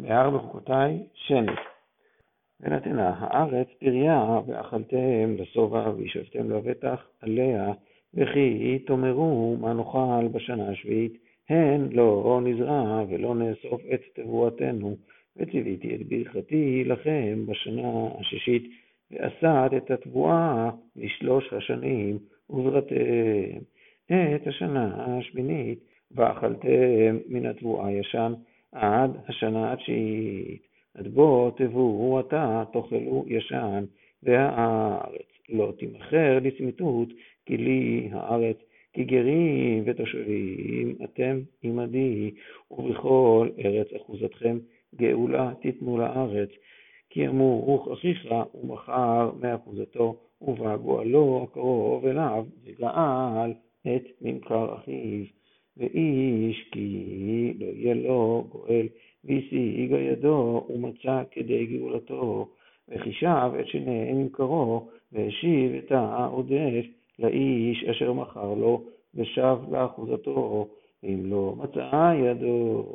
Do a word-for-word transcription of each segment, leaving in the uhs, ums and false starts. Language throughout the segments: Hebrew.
בהר בחוקותיי שני. ונתנה הארץ פריה ואכלתם לשובע וישבתם לבטח עליה, וכי תאמרו מה נאכל בשנה השביעית, הן לא נזרע ולא נאסוף את תבואתנו, וציוויתי את ברכתי לכם בשנה השישית, ועשת את התבואה לשלוש השנים וזרעתם. את השנה השמינית ואכלתם מן התבואה ישן עד השנה התשיעית, עד בו תבואו עתה תאכלו ישן, והארץ לא תימכר לצמיתות, כי לי הארץ, כי גרים ותושבים אתם עמדי, ובכל ארץ אחוזתכם גאולה תיתנו לארץ. כי ימוך אחיך ומכר מאחוזתו, ובא גואלו הקרוב אליו וגאל את ממכר אחיו. ואיש כי לא יהיה לו גואל, והשיגה ידו ומצא כדי גאולתו, וחישב את שני ממכרו, והשיב את העודף לאיש אשר מכר לו, ושב לאחוזתו. אם לא מצא ידו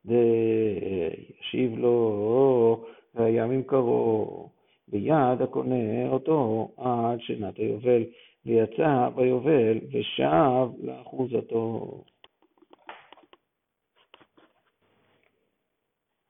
וישיב לו, והיה ממכרו ביד הקונה אותו עד שנת היובל, ויצא ביובל ושב לאחוזתו.